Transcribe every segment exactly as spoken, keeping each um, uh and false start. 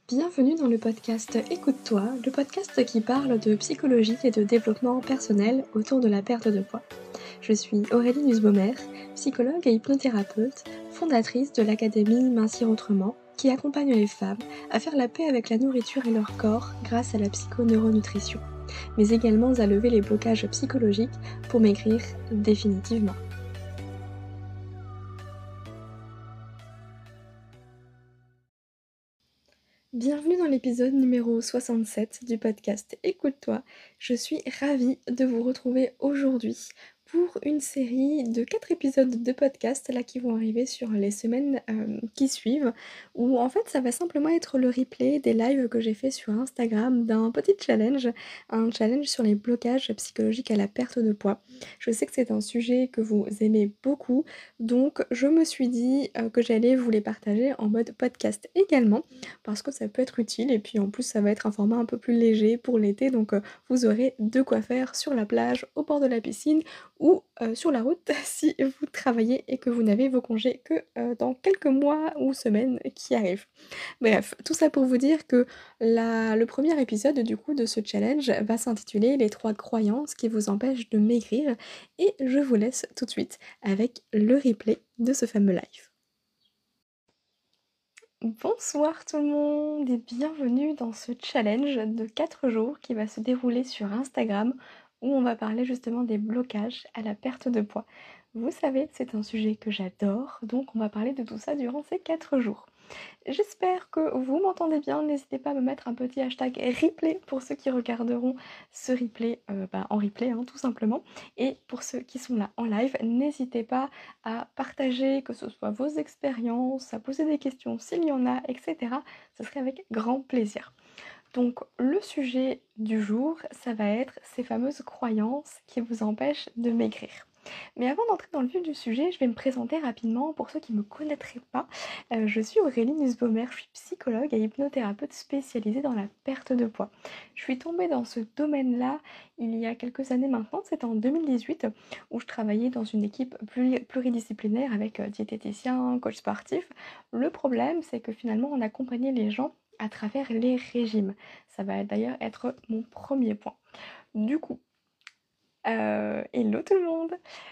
Bienvenue dans le podcast Écoute-toi, le podcast qui parle de psychologie et de développement personnel autour de la perte de poids. Je suis Aurélie Nussbaumer, psychologue et hypnothérapeute, fondatrice de l'académie Mincir Autrement, qui accompagne les femmes à faire la paix avec la nourriture et leur corps grâce à la psychoneuronutrition, mais également à lever les blocages psychologiques pour maigrir définitivement. Bienvenue dans l'épisode numéro soixante-sept du podcast Écoute-toi. Je suis ravie de vous retrouver aujourd'hui pour une série de quatre épisodes de podcast là qui vont arriver sur les semaines euh, qui suivent, où en fait ça va simplement être le replay des lives que j'ai fait sur Instagram d'un petit challenge, un challenge sur les blocages psychologiques à la perte de poids. Je sais que c'est un sujet que vous aimez beaucoup, donc je me suis dit euh, que j'allais vous les partager en mode podcast également, parce que ça peut être utile et puis en plus ça va être un format un peu plus léger pour l'été, donc euh, vous aurez de quoi faire sur la plage, au bord de la piscine ou euh, sur la route si vous travaillez et que vous n'avez vos congés que euh, dans quelques mois ou semaines qui arrivent. Bref, tout ça pour vous dire que la- le premier épisode du coup de ce challenge va s'intituler Les trois croyances qui vous empêchent de maigrir, et je vous laisse tout de suite avec le replay de ce fameux live. Bonsoir tout le monde et bienvenue dans ce challenge de quatre jours qui va se dérouler sur Instagram, où on va parler justement des blocages à la perte de poids. Vous savez, c'est un sujet que j'adore, donc on va parler de tout ça durant ces quatre jours. J'espère que vous m'entendez bien, n'hésitez pas à me mettre un petit hashtag replay pour ceux qui regarderont ce replay euh, bah, en replay hein, tout simplement. Et pour ceux qui sont là en live, n'hésitez pas à partager, que ce soit vos expériences, à poser des questions s'il y en a, et cetera. Ce serait avec grand plaisir. Donc le sujet du jour, ça va être ces fameuses croyances qui vous empêchent de maigrir. Mais avant d'entrer dans le vif du sujet, je vais me présenter rapidement pour ceux qui ne me connaîtraient pas. Euh, je suis Aurélie Nussbaumer, je suis psychologue et hypnothérapeute spécialisée dans la perte de poids. Je suis tombée dans ce domaine-là il y a quelques années maintenant, c'était en deux mille dix-huit, où je travaillais dans une équipe pluri- pluridisciplinaire avec euh, diététicien, coach sportif. Le problème, c'est que finalement, on accompagnait les gens à travers les régimes. Ça va d'ailleurs être mon premier point. Du coup, euh, hello tout le monde!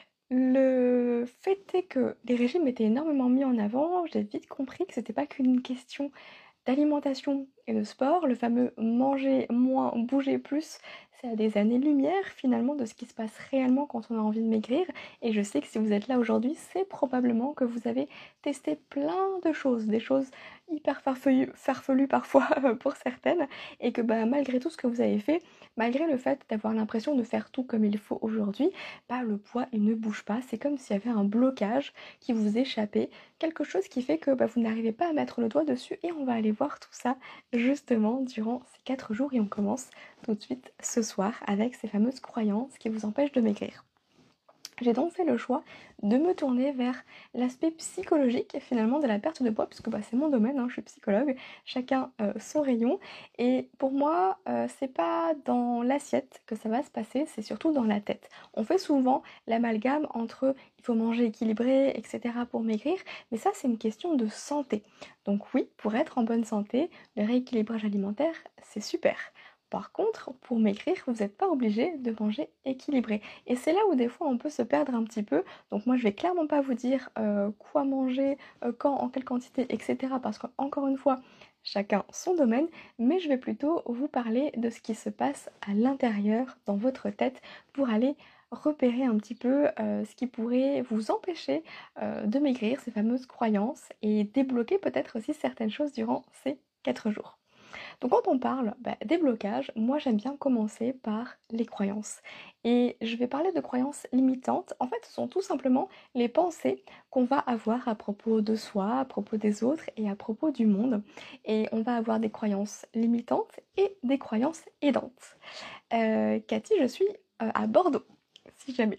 Le fait est que les régimes étaient énormément mis en avant, j'ai vite compris que c'était pas qu'une question d'alimentation et de sport, le fameux manger moins, bouger plus, c'est à des années-lumière finalement de ce qui se passe réellement quand on a envie de maigrir. Et je sais que si vous êtes là aujourd'hui, c'est probablement que vous avez testé plein de choses, des choses hyper farfelues, farfelues parfois pour certaines, et que bah, malgré tout ce que vous avez fait, malgré le fait d'avoir l'impression de faire tout comme il faut aujourd'hui, bah, le poids il ne bouge pas, c'est comme s'il y avait un blocage qui vous échappait, quelque chose qui fait que bah, vous n'arrivez pas à mettre le doigt dessus, et on va aller voir tout ça justement durant ces quatre jours, et on commence tout de suite ce soir avec ces fameuses croyances qui vous empêchent de maigrir. J'ai donc fait le choix de me tourner vers l'aspect psychologique finalement de la perte de poids, puisque bah, c'est mon domaine, hein, je suis psychologue, chacun euh, son rayon. Et pour moi, euh, c'est pas dans l'assiette que ça va se passer, c'est surtout dans la tête. On fait souvent l'amalgame entre il faut manger équilibré, et cetera pour maigrir, mais ça c'est une question de santé. Donc oui, pour être en bonne santé, le rééquilibrage alimentaire, c'est super. Par contre, pour maigrir, vous n'êtes pas obligé de manger équilibré. Et c'est là où des fois on peut se perdre un petit peu. Donc moi je vais clairement pas vous dire euh, quoi manger, euh, quand, en quelle quantité, et cetera. Parce qu'encore une fois, chacun son domaine, mais je vais plutôt vous parler de ce qui se passe à l'intérieur, dans votre tête, pour aller repérer un petit peu euh, ce qui pourrait vous empêcher euh, de maigrir, ces fameuses croyances, et débloquer peut-être aussi certaines choses durant ces quatre jours. Donc quand on parle bah, des blocages, moi j'aime bien commencer par les croyances. Et je vais parler de croyances limitantes. En fait, ce sont tout simplement les pensées qu'on va avoir à propos de soi, à propos des autres et à propos du monde. Et on va avoir des croyances limitantes et des croyances aidantes. Euh, Cathy, je suis euh, à Bordeaux, si jamais.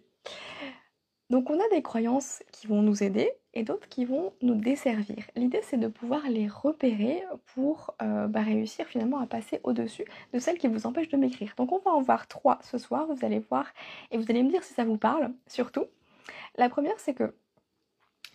Donc on a des croyances qui vont nous aider et d'autres qui vont nous desservir. L'idée c'est de pouvoir les repérer pour euh, bah, réussir finalement à passer au-dessus de celles qui vous empêchent de maigrir. Donc on va en voir trois ce soir, vous allez voir et vous allez me dire si ça vous parle surtout. La première c'est que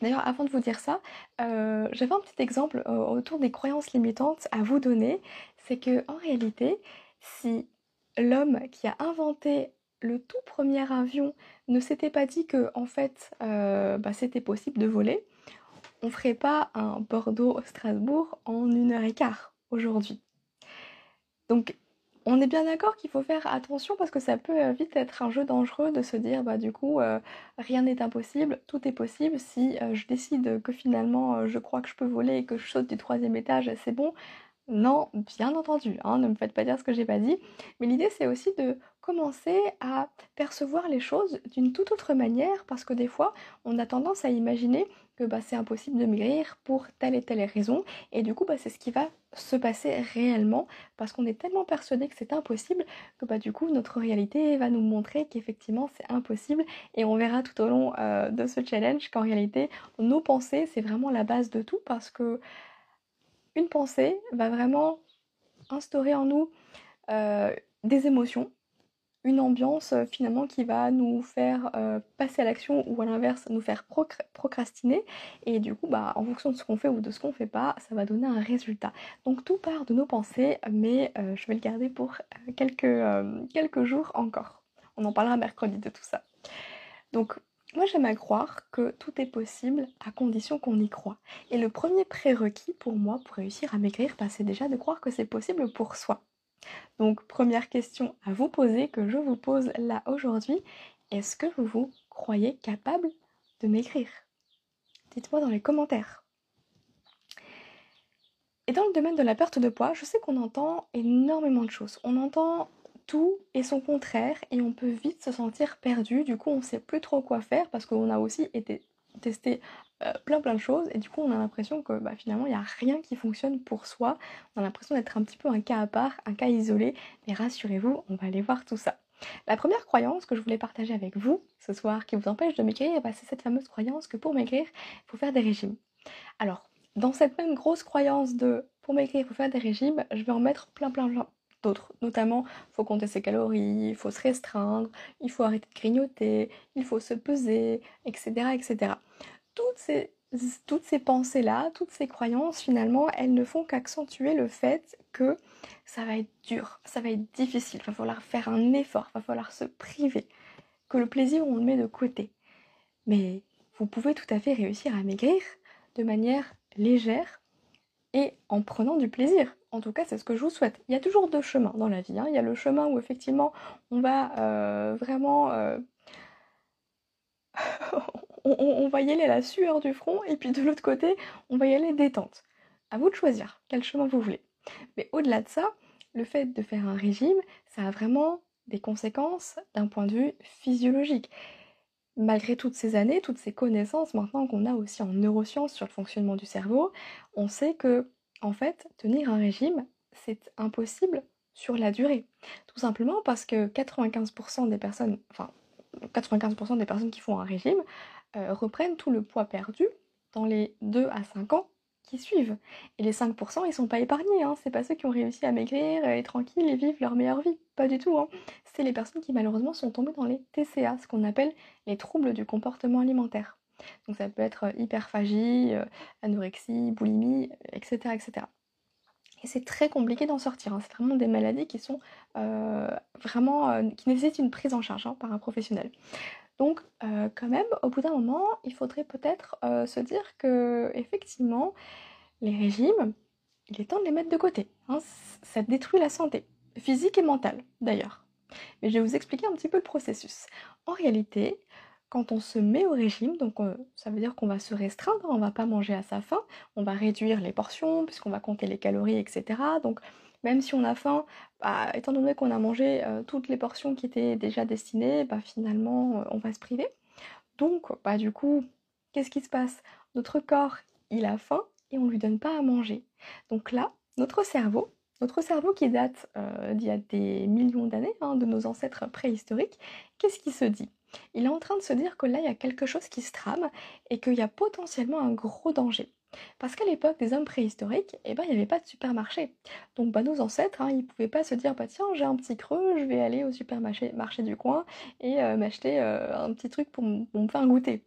D'ailleurs, avant de vous dire ça, heu, j'avais un petit exemple, heu, autour des croyances limitantes à vous donner. C'est qu'en réalité, si l'homme qui a inventé le tout premier avion ne s'était pas dit qu'en fait, heu, bah, c'était possible de voler, on ferait pas un Bordeaux-Strasbourg en une heure et quart aujourd'hui. Donc, on est bien d'accord qu'il faut faire attention parce que ça peut euh, vite être un jeu dangereux de se dire, bah du coup, euh, rien n'est impossible, tout est possible. Si euh, je décide que finalement euh, je crois que je peux voler et que je saute du troisième étage, c'est bon, non, bien entendu, hein, ne me faites pas dire ce que j'ai pas dit. Mais l'idée, c'est aussi de commencer à percevoir les choses d'une toute autre manière, parce que des fois, on a tendance à imaginer que bah, c'est impossible de maigrir pour telle et telle raison, et du coup, bah, c'est ce qui va se passer réellement, parce qu'on est tellement persuadé que c'est impossible, que bah, du coup, notre réalité va nous montrer qu'effectivement, c'est impossible, et on verra tout au long euh, de ce challenge qu'en réalité, nos pensées, c'est vraiment la base de tout, parce que une pensée va vraiment instaurer en nous euh, des émotions, une ambiance euh, finalement qui va nous faire euh, passer à l'action ou à l'inverse nous faire procr- procrastiner et du coup bah en fonction de ce qu'on fait ou de ce qu'on fait pas ça va donner un résultat. Donc tout part de nos pensées mais euh, je vais le garder pour euh, quelques, euh, quelques jours encore. On en parlera mercredi de tout ça. Donc, moi j'aime à croire que tout est possible à condition qu'on y croit. Et le premier prérequis pour moi pour réussir à maigrir, bah, c'est déjà de croire que c'est possible pour soi. Donc, première question à vous poser, que je vous pose là aujourd'hui, est-ce que vous vous croyez capable de maigrir? Dites-moi dans les commentaires. Et dans le domaine de la perte de poids, je sais qu'on entend énormément de choses. On entend tout et son contraire et on peut vite se sentir perdu. Du coup, on ne sait plus trop quoi faire parce qu'on a aussi été testé euh, plein plein de choses et du coup, on a l'impression que bah, finalement, il n'y a rien qui fonctionne pour soi. On a l'impression d'être un petit peu un cas à part, un cas isolé. Mais rassurez-vous, on va aller voir tout ça. La première croyance que je voulais partager avec vous ce soir qui vous empêche de maigrir, bah, c'est cette fameuse croyance que pour maigrir, il faut faire des régimes. Alors, dans cette même grosse croyance de pour maigrir, il faut faire des régimes, je vais en mettre plein plein plein d'autres. Notamment, il faut compter ses calories, il faut se restreindre, il faut arrêter de grignoter, il faut se peser, et cetera et cetera. Toutes ces, toutes ces pensées-là, toutes ces croyances, finalement, elles ne font qu'accentuer le fait que ça va être dur, ça va être difficile, il va falloir faire un effort, il va falloir se priver, que le plaisir, on le met de côté. Mais vous pouvez tout à fait réussir à maigrir de manière légère et en prenant du plaisir. En tout cas, c'est ce que je vous souhaite. Il y a toujours deux chemins dans la vie, hein. Il y a le chemin où effectivement on va euh, vraiment... euh, on, on- on va y aller à la sueur du front et puis de l'autre côté, on va y aller détente. À vous de choisir quel chemin vous voulez. Mais au-delà de ça, le fait de faire un régime, ça a vraiment des conséquences d'un point de vue physiologique. Malgré toutes ces années, toutes ces connaissances maintenant qu'on a aussi en neurosciences sur le fonctionnement du cerveau, on sait que, en fait, tenir un régime, c'est impossible sur la durée. Tout simplement parce que quatre-vingt-quinze pour cent des personnes, enfin, quatre-vingt-quinze pour cent des personnes qui font un régime euh, reprennent tout le poids perdu dans les deux à cinq ans qui suivent. Et les cinq pour cent, ils sont pas épargnés, hein. C'est pas ceux qui ont réussi à maigrir et tranquilles et vivent leur meilleure vie. Pas du tout, hein. C'est les personnes qui malheureusement sont tombées dans les T C A, ce qu'on appelle les troubles du comportement alimentaire. Donc ça peut être hyperphagie, euh, anorexie, boulimie, et cetera et cetera. Et c'est très compliqué d'en sortir, hein. C'est vraiment des maladies qui sont euh, vraiment euh, qui nécessitent une prise en charge hein, par un professionnel. Donc euh, quand même, au bout d'un moment, il faudrait peut-être euh, se dire que effectivement, les régimes, il est temps de les mettre de côté, hein. Ça détruit la santé, physique et mentale d'ailleurs. Mais je vais vous expliquer un petit peu le processus. En réalité, quand on se met au régime, donc euh, ça veut dire qu'on va se restreindre, on va pas manger à sa faim, on va réduire les portions puisqu'on va compter les calories, et cetera. Donc même si on a faim, bah, étant donné qu'on a mangé euh, toutes les portions qui étaient déjà destinées, bah, finalement euh, on va se priver. Donc bah, du coup, qu'est-ce qui se passe? Notre corps, il a faim et on lui donne pas à manger. Donc là, notre cerveau, notre cerveau qui date euh, d'il y a des millions d'années, hein, de nos ancêtres préhistoriques, qu'est-ce qu'il se dit? Il est en train de se dire que là, il y a quelque chose qui se trame et qu'il y a potentiellement un gros danger. Parce qu'à l'époque des hommes préhistoriques, eh ben, il n'y avait pas de supermarché. Donc bah, nos ancêtres, hein, ils ne pouvaient pas se dire, bah, tiens, j'ai un petit creux, je vais aller au supermarché marché du coin et euh, m'acheter euh, un petit truc pour, m- pour me faire goûter.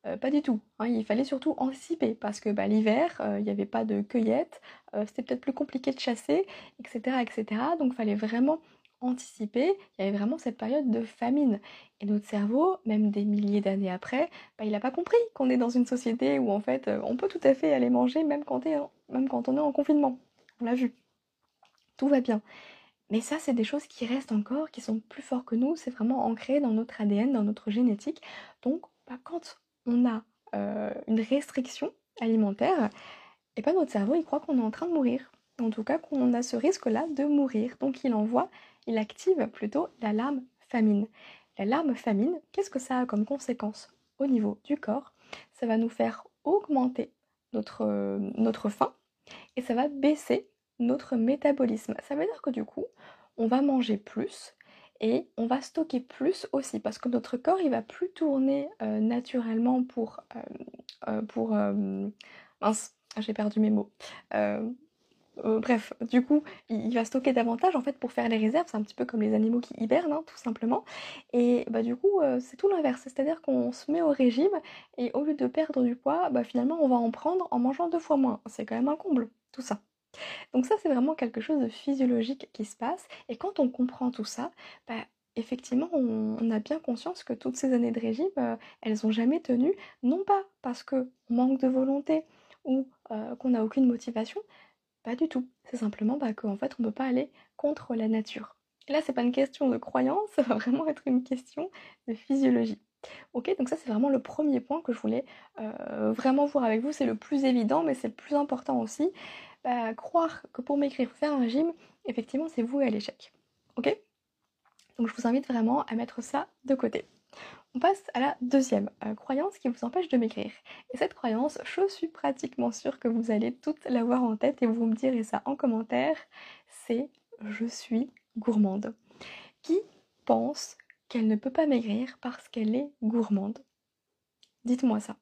Heu, pas du tout, hein, il fallait surtout anticiper parce que, bah, l'hiver, heu, il y avait pas de cueillette, heu, c'était peut-être plus compliqué de chasser et cetera et cetera. Donc fallait vraiment anticiper. Il y avait vraiment cette période de famine et notre cerveau, même des milliers d'années après, bah, il a pas compris qu'on est dans une société où en fait, heu, on peut tout à fait aller manger même quand tu es en même quand on est en confinement. On l'a vu, tout va bien. Mais ça, c'est des choses qui restent encore, qui sont plus forts que nous, c'est vraiment ancré dans notre A D N, dans notre génétique. Donc, bah, quand on a, heu, une restriction alimentaire et bah, notre cerveau, il croit qu'on est en train de mourir. En tout cas, qu'on a ce risque-là de mourir. Donc il envoie, il active plutôt l'alarme famine. L'alarme famine, qu'est-ce que ça a comme conséquence au niveau du corps? Ça va nous faire augmenter notre, heu, notre faim et ça va baisser notre métabolisme. Ça veut dire que du coup, on va manger plus et on va stocker plus aussi parce que notre corps, il va plus tourner, heu, naturellement pour, hem, heu, pour, hem, mince, j'ai perdu mes mots. Hem, heu, bref, du coup, il il va stocker davantage en fait pour faire les réserves. C'est un petit peu comme les animaux qui hibernent, hein, tout simplement et bah, du coup, heu, c'est tout l'inverse. C'est-à-dire qu'on se met au régime et au lieu de perdre du poids, bah, finalement, on va en prendre en mangeant deux fois moins. C'est quand même un comble, tout ça. Donc ça, c'est vraiment quelque chose de physiologique qui se passe et quand on comprend tout ça, bah, effectivement, on on a bien conscience que toutes ces années de régime, heu, elles ont jamais tenu, non pas parce qu'on manque de volonté ou, heu, qu'on n'a aucune motivation, pas du tout. C'est simplement, bah, qu'en fait, on peut pas aller contre la nature. Et là, c'est pas une question de croyance, ça va vraiment être une question de physiologie. OK, donc ça, c'est vraiment le premier point que je voulais, heu, vraiment voir avec vous. C'est le plus évident, mais c'est le plus important aussi. Bah, croire que pour maigrir, faut faire un régime, effectivement, c'est voué à l'échec. OK? Donc je vous invite vraiment à mettre ça de côté. On passe à la deuxième euh, croyance qui vous empêche de maigrir. Et cette croyance, je suis pratiquement sûre que vous allez toutes l'avoir en tête et vous me direz ça en commentaire, c'est je suis gourmande. Qui pense qu'elle ne peut pas maigrir parce qu'elle est gourmande? Dites-moi ça.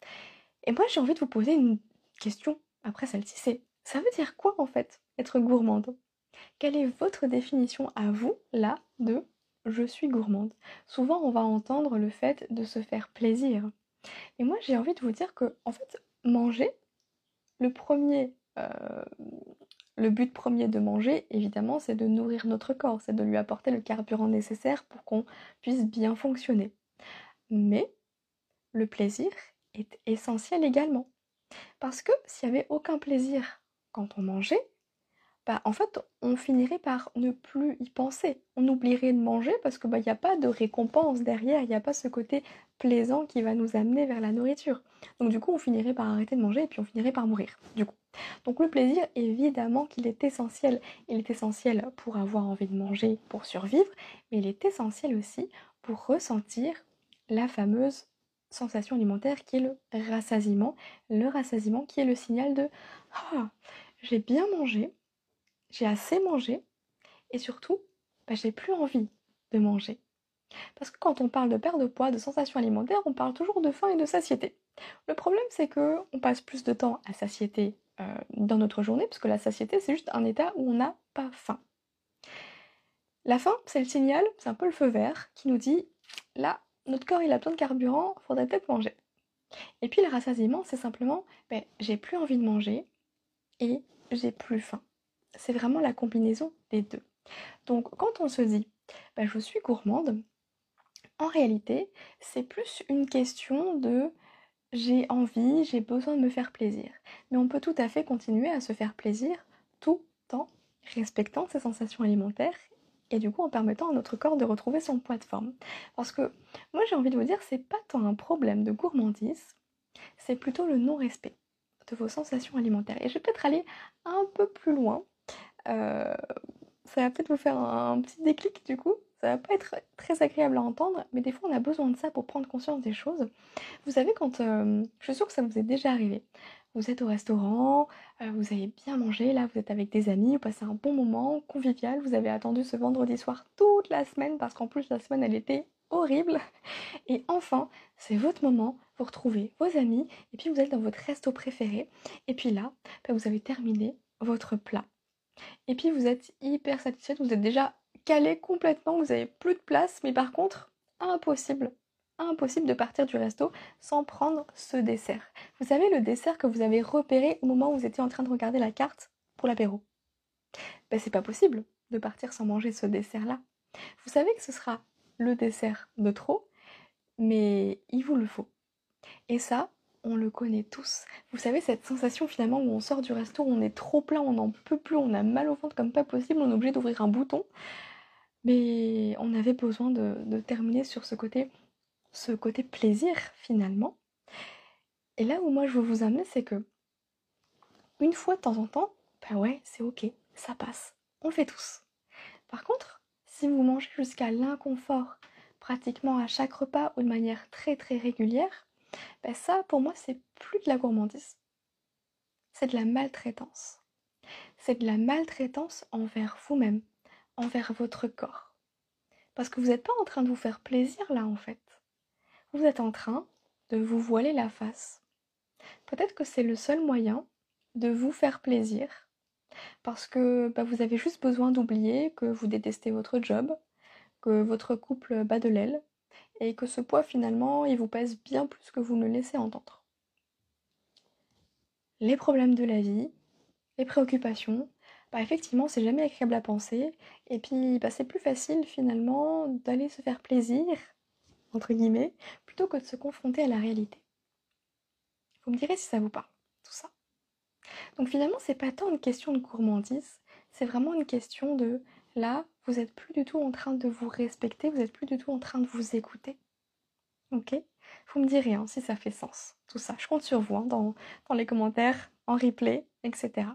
Et moi j'ai envie de vous poser une question après celle-ci, c'est ça veut dire quoi en fait être gourmande? Quelle est votre définition à vous, là, de je suis gourmande? Souvent, on va entendre le fait de se faire plaisir. Et moi, j'ai envie de vous dire que, en fait, manger, le premier, euh, le but premier de manger, évidemment, c'est de nourrir notre corps, c'est de lui apporter le carburant nécessaire pour qu'on puisse bien fonctionner. Mais le plaisir est essentiel également. Parce que s'il n'y avait aucun plaisir quand on mangeait, bah, en fait, on finirait par ne plus y penser. On oublierait de manger parce que bah, il n'y a pas de récompense derrière, il n'y a pas ce côté plaisant qui va nous amener vers la nourriture. Donc du coup, on finirait par arrêter de manger et puis on finirait par mourir, du coup. Donc le plaisir, évidemment qu'il est essentiel. Il est essentiel pour avoir envie de manger, pour survivre, mais il est essentiel aussi pour ressentir la fameuse sensation alimentaire qui est le rassasiement. Le rassasiement qui est le signal de «Ah, j'ai bien mangé, j'ai assez mangé et surtout, bah, j'ai plus envie de manger. Parce que quand on parle de perte de poids, de sensations alimentaires, on parle toujours de faim et de satiété. Le problème, c'est que on passe plus de temps à satiété euh, dans notre journée, parce que la satiété, c'est juste un état où on n'a pas faim. La faim, c'est le signal, c'est un peu le feu vert qui nous dit, là, notre corps, il a besoin de carburant, faudrait peut-être manger. Et puis le rassasiement, c'est simplement, ben, j'ai plus envie de manger et j'ai plus faim. C'est vraiment la combinaison des deux. Donc quand on se dit bah, je suis gourmande, en réalité, c'est plus une question de j'ai envie, j'ai besoin de me faire plaisir. Mais on peut tout à fait continuer à se faire plaisir tout en respectant ses sensations alimentaires et du coup en permettant à notre corps de retrouver son poids de forme. Parce que moi j'ai envie de vous dire, c'est pas tant un problème de gourmandise, c'est plutôt le non-respect de vos sensations alimentaires. Et je vais peut-être aller un peu plus loin. Euh, Ça va peut-être vous faire un, un petit déclic du coup. Ça va pas être très agréable à entendre, mais des fois on a besoin de ça pour prendre conscience des choses. Vous savez quand, euh, je suis sûre que ça vous est déjà arrivé. Vous êtes au restaurant, euh, vous avez bien mangé, là vous êtes avec des amis, vous passez un bon moment convivial, vous avez attendu ce vendredi soir toute la semaine parce qu'en plus la semaine elle était horrible. Et enfin, c'est votre moment, vous retrouvez vos amis et puis vous êtes dans votre resto préféré. Et puis là, bah, vous avez terminé votre plat. Et puis vous êtes hyper satisfaite, vous êtes déjà calé complètement, vous avez plus de place, mais par contre, impossible, impossible de partir du resto sans prendre ce dessert. Vous savez, le dessert que vous avez repéré au moment où vous étiez en train de regarder la carte pour l'apéro. Ben, c'est pas possible de partir sans manger ce dessert-là. Vous savez que ce sera le dessert de trop, mais il vous le faut. Et ça, on le connaît tous. Vous savez, cette sensation finalement où on sort du resto, où on est trop plein, on n'en peut plus, on a mal au ventre comme pas possible, on est obligé d'ouvrir un bouton. Mais on avait besoin de, de terminer sur ce côté, ce côté plaisir finalement. Et là où moi je veux vous amener, c'est que une fois de temps en temps, bah ouais, c'est ok, ça passe. On le fait tous. Par contre, si vous mangez jusqu'à l'inconfort, pratiquement à chaque repas ou de manière très très régulière, bah ça pour moi c'est plus de la gourmandise. C'est de la maltraitance. C'est de la maltraitance envers vous-même, envers votre corps. Parce que vous n'êtes pas en train de vous faire plaisir là en fait. Vous êtes en train de vous voiler la face. Peut-être que c'est le seul moyen de vous faire plaisir parce que bah, vous avez juste besoin d'oublier que vous détestez votre job, que votre couple bat de l'aile et que ce poids finalement il vous pèse bien plus que vous ne le laissez entendre. Les problèmes de la vie, les préoccupations, bah effectivement c'est jamais agréable à penser et puis bah, c'est plus facile finalement d'aller se faire plaisir entre guillemets plutôt que de se confronter à la réalité. Vous me direz si ça vous parle, tout ça. Donc finalement c'est pas tant une question de gourmandise, c'est vraiment une question de là vous êtes plus du tout en train de vous respecter, vous êtes plus du tout en train de vous écouter. Ok? Vous me direz hein, si ça fait sens, tout ça. Je compte sur vous hein, dans, dans les commentaires, en replay, et cetera.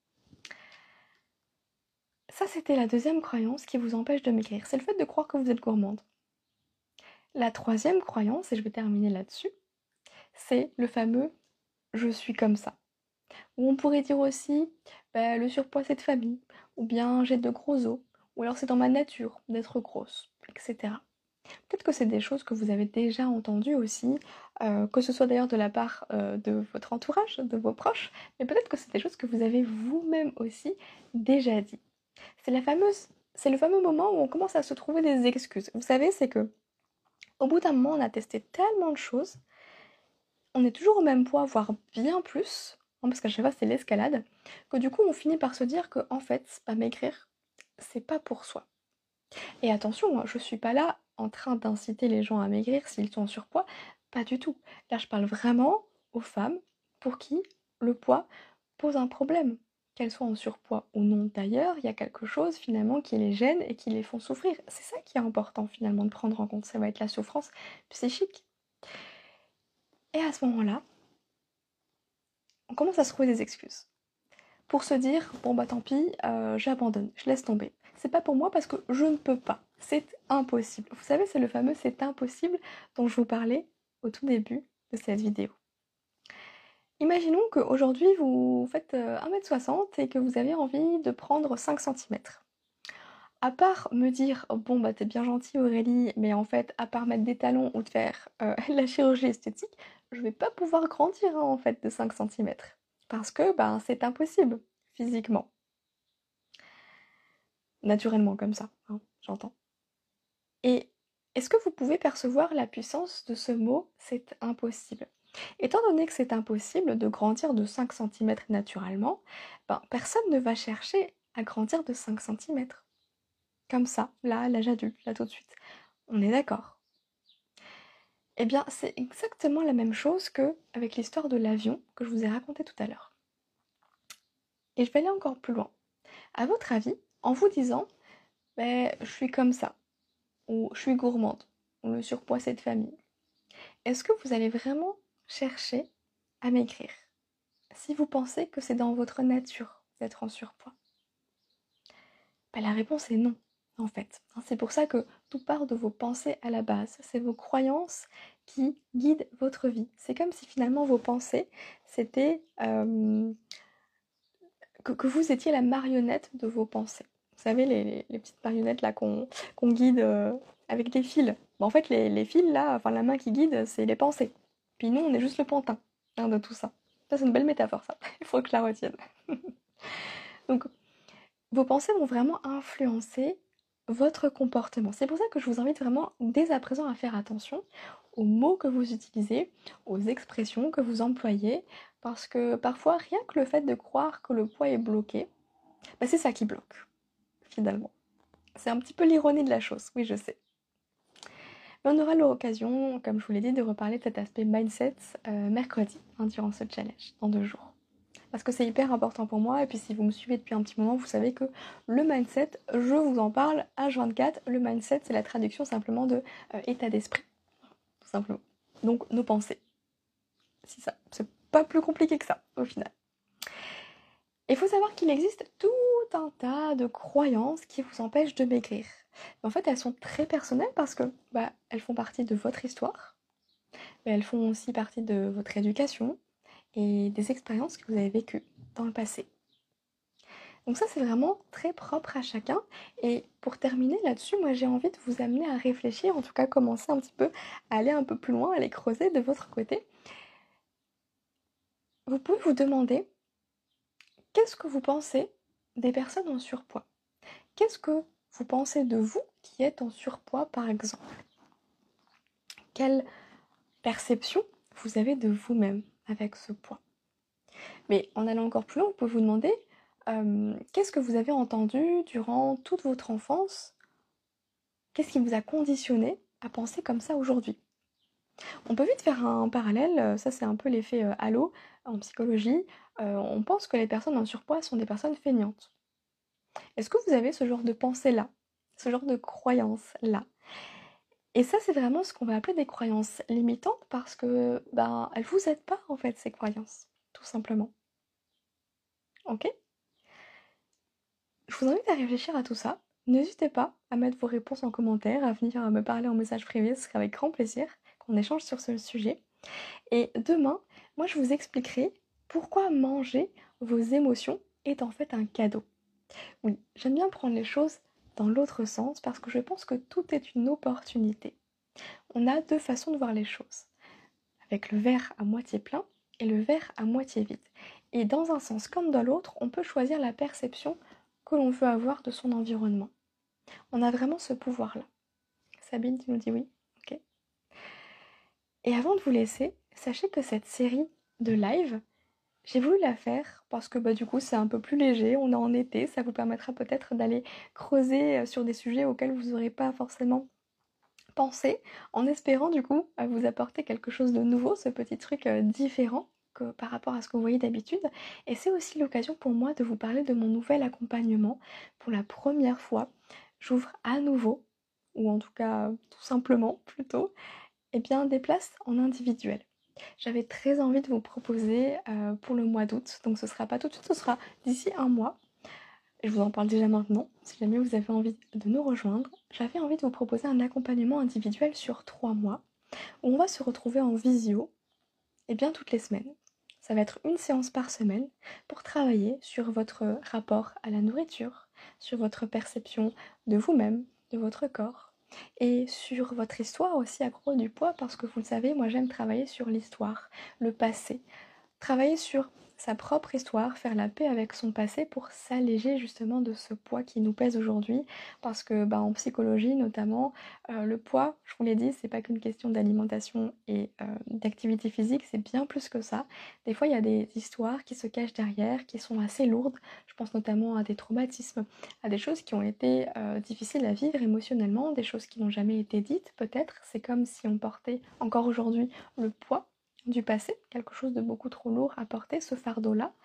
Ça, c'était la deuxième croyance qui vous empêche de maigrir. C'est le fait de croire que vous êtes gourmande. La troisième croyance, et je vais terminer là-dessus, c'est le fameux « je suis comme ça ». Ou on pourrait dire aussi bah, « le surpoids c'est de famille » ou bien « j'ai de gros os » ou alors « c'est dans ma nature d'être grosse », et cetera. Peut-être que c'est des choses que vous avez déjà entendues aussi, euh, que ce soit d'ailleurs de la part euh, de votre entourage, de vos proches, mais peut-être que c'est des choses que vous avez vous-même aussi déjà dit. C'est la fameuse, c'est le fameux moment où on commence à se trouver des excuses. Vous savez, c'est que au bout d'un moment, on a testé tellement de choses, on est toujours au même poids, voire bien plus, hein, parce qu'à chaque fois c'est l'escalade, que du coup on finit par se dire que en fait, bah, maigrir, c'est pas pour soi. Et attention, hein, je suis pas là en train d'inciter les gens à maigrir s'ils sont en surpoids, pas du tout. Là, je parle vraiment aux femmes pour qui le poids pose un problème. Qu'elles soient en surpoids ou non d'ailleurs, il y a quelque chose finalement qui les gêne et qui les font souffrir. C'est ça qui est important finalement de prendre en compte, ça va être la souffrance psychique. Et à ce moment-là, on commence à se trouver des excuses. Pour se dire, bon bah tant pis, euh, j'abandonne, je laisse tomber. C'est pas pour moi parce que je ne peux pas, c'est impossible. Vous savez, c'est le fameux c'est impossible dont je vous parlais au tout début de cette vidéo. Imaginons qu'aujourd'hui vous faites un mètre soixante et que vous avez envie de prendre cinq centimètres. À part me dire, bon bah t'es bien gentille Aurélie, mais en fait, à part mettre des talons ou de faire euh, la chirurgie esthétique, je vais pas pouvoir grandir hein, en fait de cinq centimètres. Parce que ben, c'est impossible, physiquement. Naturellement comme ça, hein, j'entends. Et est-ce que vous pouvez percevoir la puissance de ce mot « c'est impossible » ? Étant donné que c'est impossible de grandir de cinq centimètres naturellement, ben, personne ne va chercher à grandir de cinq centimètres. Comme ça, là, à l'âge adulte, là tout de suite. On est d'accord. Eh bien, c'est exactement la même chose qu'avec l'histoire de l'avion que je vous ai raconté tout à l'heure. Et je vais aller encore plus loin. À votre avis, en vous disant ben, « je suis comme ça » ou « je suis gourmande » ou « le surpoids c'est de famille », est-ce que vous allez vraiment chercher à maigrir si vous pensez que c'est dans votre nature d'être en surpoids? Ben, la réponse est non, en fait. C'est pour ça que tout part de vos pensées à la base. C'est vos croyances qui guident votre vie. C'est comme si finalement vos pensées, c'était euh, que, que vous étiez la marionnette de vos pensées. Vous savez, les, les, les petites marionnettes là qu'on qu'on guide euh, avec des fils. Ben, en fait, les, les fils là, enfin la main qui guide, c'est les pensées. Puis nous, on est juste le pantin hein, de tout ça. Ça, c'est une belle métaphore, ça. Il faut que je la retienne. Donc, vos pensées vont vraiment influencer votre comportement. C'est pour ça que je vous invite vraiment dès à présent à faire attention aux mots que vous utilisez, aux expressions que vous employez, parce que parfois, rien que le fait de croire que le poids est bloqué, bah c'est ça qui bloque, finalement. C'est un petit peu l'ironie de la chose, oui je sais. Mais on aura l'occasion, comme je vous l'ai dit, de reparler de cet aspect mindset euh, mercredi, hein, durant ce challenge, dans deux jours. Parce que c'est hyper important pour moi, et puis si vous me suivez depuis un petit moment, vous savez que le mindset, je vous en parle H vingt-quatre. Le mindset, c'est la traduction simplement de euh, état d'esprit, tout simplement. Donc nos pensées. C'est ça, c'est pas plus compliqué que ça, au final. Il faut savoir qu'il existe tout un tas de croyances qui vous empêchent de maigrir. En fait, elles sont très personnelles parce que bah, elles font partie de votre histoire, mais elles font aussi partie de votre éducation et des expériences que vous avez vécues dans le passé. Donc ça, c'est vraiment très propre à chacun. Et pour terminer là-dessus, moi, j'ai envie de vous amener à réfléchir, en tout cas commencer un petit peu à aller un peu plus loin, à les creuser de votre côté. Vous pouvez vous demander, qu'est-ce que vous pensez des personnes en surpoids? Qu'est-ce que vous pensez de vous qui êtes en surpoids, par exemple? Quelle perception vous avez de vous-même avec ce poids? Mais en allant encore plus loin, vous pouvez vous demander, euh, qu'est-ce que vous avez entendu durant toute votre enfance? Qu'est-ce qui vous a conditionné à penser comme ça aujourd'hui? On peut vite faire un parallèle, ça c'est un peu l'effet euh, halo en psychologie. Euh, on pense que les personnes en surpoids sont des personnes feignantes. Est-ce que vous avez ce genre de pensée-là, ce genre de croyance-là? Et ça, c'est vraiment ce qu'on va appeler des croyances limitantes parce que ben elles vous aident pas en fait ces croyances, tout simplement. Ok? Je vous invite à réfléchir à tout ça. N'hésitez pas à mettre vos réponses en commentaire, à venir me parler en message privé, ce sera avec grand plaisir qu'on échange sur ce sujet. Et demain, moi je vous expliquerai pourquoi manger vos émotions est en fait un cadeau. Oui, j'aime bien prendre les choses dans l'autre sens parce que je pense que tout est une opportunité. On a deux façons de voir les choses, avec le verre à moitié plein et le verre à moitié vide. Et dans un sens comme dans l'autre, on peut choisir la perception que l'on veut avoir de son environnement. On a vraiment ce pouvoir-là. Sabine, tu nous dis oui? Ok. Et avant de vous laisser, sachez que cette série de live, j'ai voulu la faire parce que bah, du coup c'est un peu plus léger, on est en été, ça vous permettra peut-être d'aller creuser sur des sujets auxquels vous n'aurez pas forcément pensé, en espérant du coup vous apporter quelque chose de nouveau, ce petit truc différent que par rapport à ce que vous voyez d'habitude. Et c'est aussi l'occasion pour moi de vous parler de mon nouvel accompagnement. Pour la première fois, j'ouvre à nouveau, ou en tout cas tout simplement plutôt, eh bien, des places en individuel. J'avais très envie de vous proposer euh, pour le mois d'août, donc ce sera pas tout de suite, ce sera d'ici un mois. Je vous en parle déjà maintenant, si jamais vous avez envie de nous rejoindre. J'avais envie de vous proposer un accompagnement individuel sur trois mois, où on va se retrouver en visio, et bien toutes les semaines. Ça va être une séance par semaine pour travailler sur votre rapport à la nourriture, sur votre perception de vous-même, de votre corps, et sur votre histoire aussi à propos du poids, parce que vous le savez, moi j'aime travailler sur l'histoire, le passé, travailler sur sa propre histoire, faire la paix avec son passé pour s'alléger justement de ce poids qui nous pèse aujourd'hui. Parce que bah, en psychologie notamment, euh, le poids, je vous l'ai dit, c'est pas qu'une question d'alimentation et euh, d'activité physique, c'est bien plus que ça. Des fois, il y a des histoires qui se cachent derrière, qui sont assez lourdes. Je pense notamment à des traumatismes, à des choses qui ont été euh, difficiles à vivre émotionnellement, des choses qui n'ont jamais été dites peut-être. C'est comme si on portait encore aujourd'hui le poids du passé, quelque chose de beaucoup trop lourd à porter, ce fardeau-là.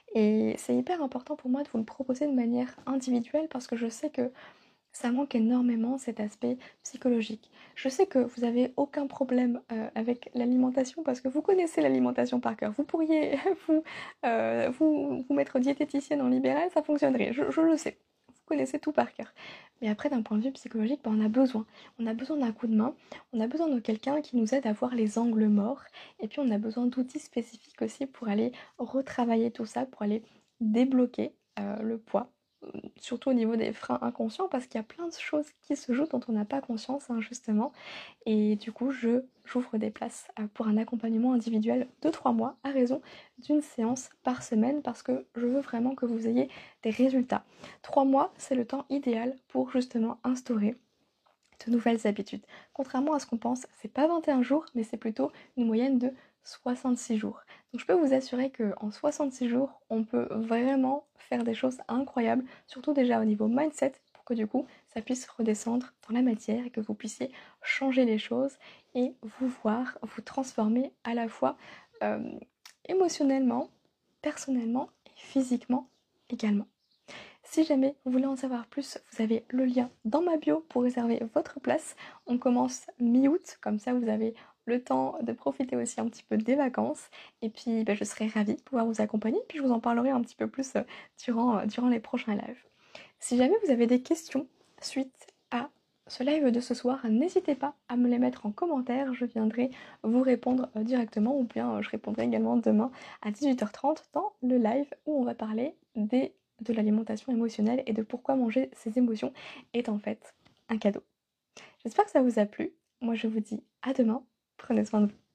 Et c'est hyper important pour moi de vous le proposer de manière individuelle parce que je sais que ça manque énormément cet aspect psychologique. Je sais que vous n'avez aucun problème euh, avec l'alimentation parce que vous connaissez l'alimentation par cœur. Vous pourriez vous, euh, vous, vous mettre diététicienne en libéral, ça fonctionnerait, je, je le sais. Vous connaissez tout par cœur. Mais après, d'un point de vue psychologique, ben, on a besoin. On a besoin d'un coup de main, on a besoin de quelqu'un qui nous aide à voir les angles morts, et puis on a besoin d'outils spécifiques aussi pour aller retravailler tout ça, pour aller débloquer euh, le poids, surtout au niveau des freins inconscients, parce qu'il y a plein de choses qui se jouent dont on n'a pas conscience, hein, justement. Et du coup, je j'ouvre des places euh, pour un accompagnement individuel de trois mois à raison d'une séance par semaine, parce que je veux vraiment que vous ayez des résultats. Trois mois, c'est le temps idéal pour justement instaurer de nouvelles habitudes. Contrairement à ce qu'on pense, c'est pas vingt et un jours, mais c'est plutôt une moyenne de soixante-six jours. Donc je peux vous assurer qu'en soixante-six jours, on peut vraiment faire des choses incroyables, surtout déjà au niveau mindset, pour que du coup, ça puisse redescendre dans la matière et que vous puissiez changer les choses et vous voir, vous transformer à la fois euh, émotionnellement, personnellement et physiquement également. Si jamais vous voulez en savoir plus, vous avez le lien dans ma bio pour réserver votre place. On commence mi-août, comme ça vous avez le temps de profiter aussi un petit peu des vacances. Et puis ben, je serai ravie de pouvoir vous accompagner, puis je vous en parlerai un petit peu plus euh, durant, euh, durant les prochains lives. Si jamais vous avez des questions suite à ce live de ce soir, n'hésitez pas à me les mettre en commentaire, je viendrai vous répondre euh, directement ou bien euh, je répondrai également demain à dix-huit heures trente dans le live où on va parler des, de l'alimentation émotionnelle et de pourquoi manger ses émotions est en fait un cadeau. J'espère que ça vous a plu, moi je vous dis à demain, prenez soin de vous.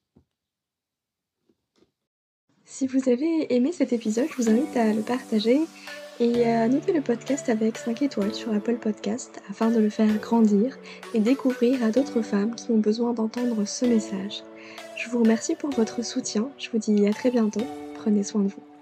Si vous avez aimé cet épisode, je vous invite à le partager et à noter le podcast avec cinq étoiles sur Apple Podcast afin de le faire grandir et découvrir à d'autres femmes qui ont besoin d'entendre ce message. Je vous remercie pour votre soutien, je vous dis à très bientôt, prenez soin de vous.